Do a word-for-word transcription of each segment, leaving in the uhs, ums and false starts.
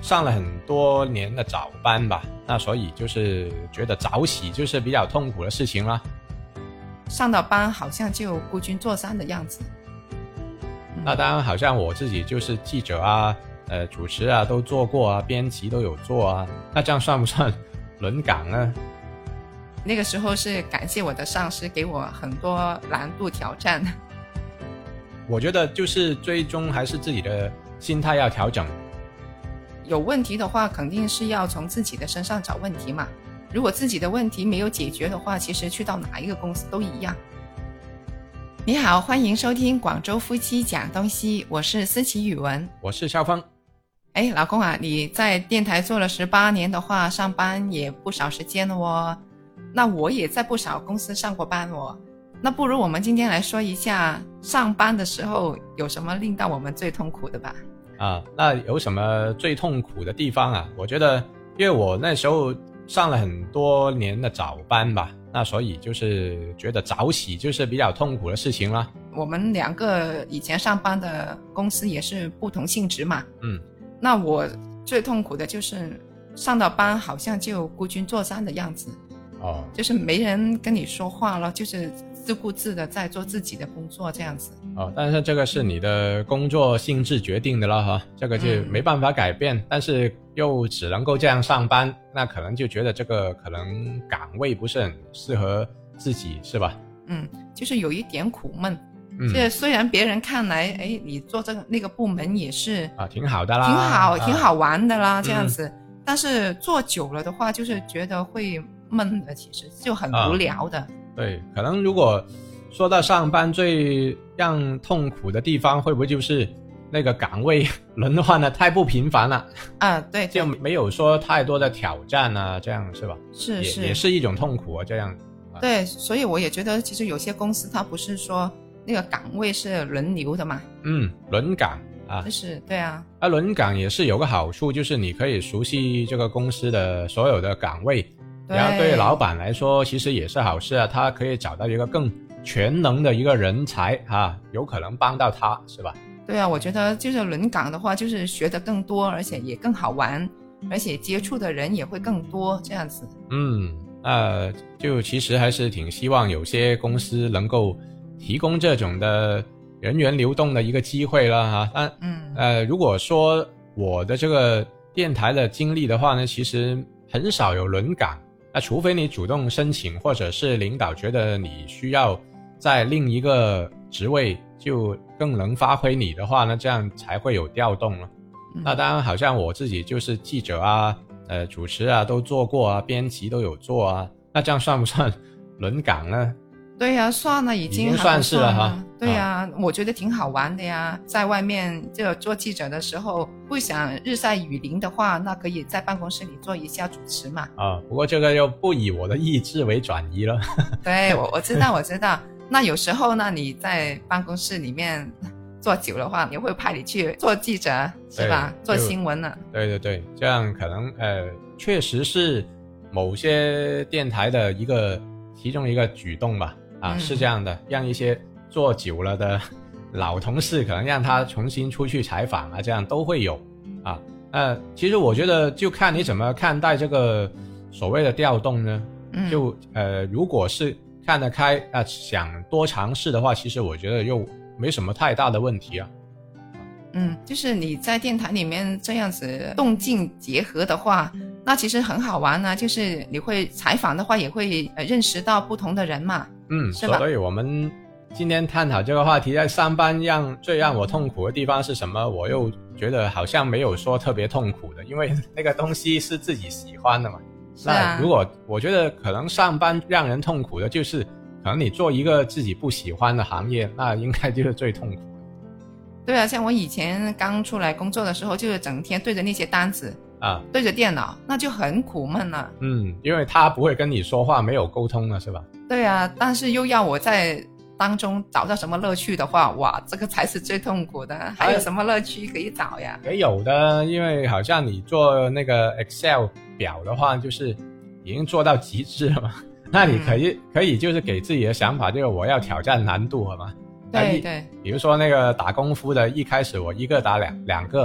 上了很多年的早班吧，那所以就是觉得早起就是比较痛苦的事情啦。 上到班好像就孤军作战的样子。 嗯、那当然好像我自己就是记者啊，呃，主持啊都做过啊，编辑都有做啊，那这样算不算轮岗呢？ 那个时候是感谢我的上司给我很多难度挑战。 我觉得就是最终还是自己的心态要调整。 有问题的话肯定是要从自己的身上找问题嘛，如果自己的问题没有解决的话，其实去到哪一个公司都一样。你好，欢迎收听广州夫妻讲东西，我是思琪语文， 我是肖峰。 哎，老公啊，你在电台做了十八年的话，上班也不少时间了哦。那我也在不少公司上过班哦。那不如我们今天来说一下上班的时候有什么令到我们最痛苦的吧。 啊，那有什么最痛苦的地方啊？我觉得因为我那时候上了很多年的早班吧，那所以就是觉得早起就是比较痛苦的事情啦。 我们两个以前上班的公司也是不同性质嘛。 嗯， 那我最痛苦的就是上到班好像就孤军作战的样子。 哦， 就是没人跟你说话了，就是自顾自的在做自己的工作这样子。 哦，但是这个是你的工作性质决定的了哈，这个就没办法改变、嗯、但是又只能够这样上班，那可能就觉得这个可能岗位不是很适合自己，是吧？ 嗯，就是有一点苦闷。 嗯， 这虽然别人看来，哎，你做这个那个部门也是啊，挺好的啦， 挺好、啊、挺好玩的啦， 嗯、 这样子。但是做久了的话，就是觉得会闷的，其实就很无聊的、啊、 对，可能如果说到上班最让痛苦的地方，会不会就是那个岗位轮换的太不频繁了啊？对， 就没有说太多的挑战啊，这样是吧？ 是是， 也, 也是一种痛苦啊，这样、 啊、对，所以我也觉得其实有些公司它不是说那个岗位是轮流的嘛。 嗯，轮岗啊， 就是对啊， 啊，轮岗也是有个好处，就是你可以熟悉这个公司的所有的岗位，然后对老板来说其实也是好事啊，他可以找到一个更全能的一个人才啊，有可能帮到他，是吧？ 对啊，我觉得就是轮岗的话，就是学得更多，而且也更好玩，而且接触的人也会更多，这样子。 嗯，呃，就其实还是挺希望有些公司能够提供这种的人员流动的一个机会了哈。但嗯呃，如果说我的这个电台的经历的话呢，其实很少有轮岗，那除非你主动申请，或者是领导觉得你需要在另一个职位就更能发挥你的话呢，这样才会有调动了。嗯、那当然好像我自己就是记者啊，呃，主持啊都做过啊，编辑都有做啊，那这样算不算轮岗呢？ 对呀、啊，算了，已经已经算是了哈。 对呀、啊啊，我觉得挺好玩的呀。在外面就做记者的时候，不想日晒雨淋的话，那可以在办公室里做一下主持嘛。 啊，不过这个又不以我的意志为转移了。 对，我我知道，我知道。那有时候呢，你在办公室里面做久的话，也会派你去做记者，是吧？做新闻呢。 对对对，这样可能呃，确实是某些电台的一个其中一个举动吧。啊， 嗯、 是这样的，让一些做久了的老同事，可能让他重新出去采访啊，这样都会有啊。呃，其实我觉得就看你怎么看待这个所谓的调动呢。 嗯、 就呃，如果是看得开啊，想多尝试的话，其实我觉得又没什么太大的问题啊。 嗯，就是你在电台里面这样子动静结合的话，那其实很好玩啊。就是你会采访的话，也会认识到不同的人嘛。 嗯， 是吧？ 所以我们今天探讨这个话题，在上班让最让我痛苦的地方是什么？我又觉得好像没有说特别痛苦的，因为那个东西是自己喜欢的嘛。 是啊。 那如果我觉得可能上班让人痛苦的就是，可能你做一个自己不喜欢的行业，那应该就是最痛苦的。 对啊，像我以前刚出来工作的时候，就是整天对着那些单子啊， 对着电脑，那就很苦闷了。 嗯，因为他不会跟你说话，没有沟通了，是吧？ 对啊，但是又要我在当中找到什么乐趣的话，哇，这个才是最痛苦的。还有什么乐趣可以找呀？ 也有的，因为好像你做那个 Excel 表的话，就是已经做到极致了嘛。那你可以、嗯、可以就是给自己的想法，就是我要挑战难度了嘛。 对对。 比如说那个打功夫的，一开始我一个打两两个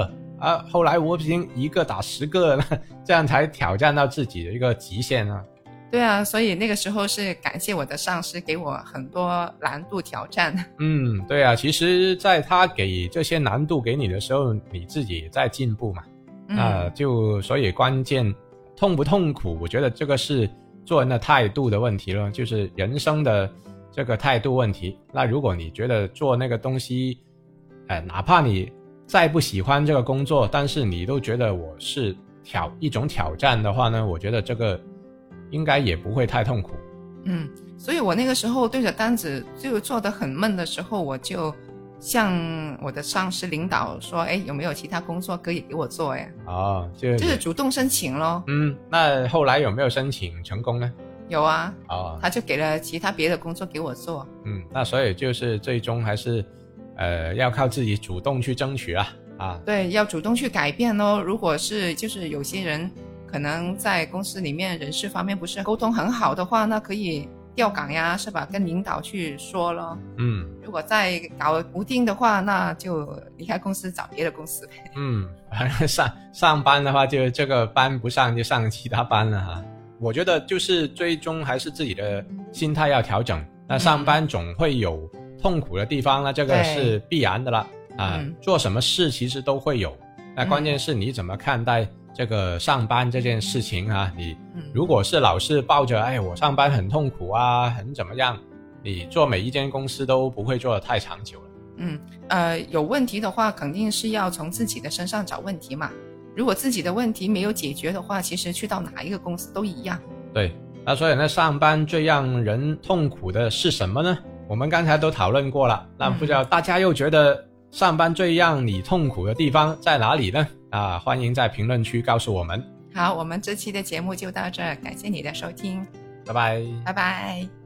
啊，后来我不行一个打十个了，这样才挑战到自己的一个极限啊。 对啊，所以那个时候是感谢我的上司给我很多难度挑战。 嗯，对啊，其实在他给这些难度给你的时候，你自己也在进步嘛。 嗯、 呃、就所以关键痛不痛苦，我觉得这个是做人的态度的问题了，就是人生的这个态度问题。那如果你觉得做那个东西呃，哪怕你再不喜欢这个工作，但是你都觉得我是挑一种挑战的话呢，我觉得这个应该也不会太痛苦。 嗯，所以我那个时候对着单子就做得很闷的时候，我就向我的上司领导说，哎，有没有其他工作可以给我做呀？ 哦，就就是主动申请咯。 嗯，那后来有没有申请成功呢？ 有啊。 哦， 他就给了其他别的工作给我做。 嗯，那所以就是最终还是呃要靠自己主动去争取啊。啊， 对，要主动去改变咯。如果是就是有些人可能在公司里面人事方面不是沟通很好的话，那可以调岗呀，是吧？跟领导去说咯。 嗯， 如果再搞不定的话，那就离开公司找别的公司呗。 嗯，反正上上班的话，就这个班不上就上其他班了哈。我觉得就是最终还是自己的心态要调整。那上班总会有痛苦的地方，那这个是必然的啦。啊、嗯，做什么事其实都会有，那关键是你怎么看待这个上班这件事情啊？你如果是老是抱着哎我上班很痛苦啊，很怎么样，你做每一间公司都不会做得太长久了。 嗯，呃，有问题的话肯定是要从自己的身上找问题嘛。如果自己的问题没有解决的话，其实去到哪一个公司都一样。 对，那所以呢，上班最让人痛苦的是什么呢？我们刚才都讨论过了，那不知道大家又觉得上班最让你痛苦的地方在哪里呢？啊，欢迎在评论区告诉我们。 好，我们这期的节目就到这儿，感谢你的收听， 拜拜， 拜拜。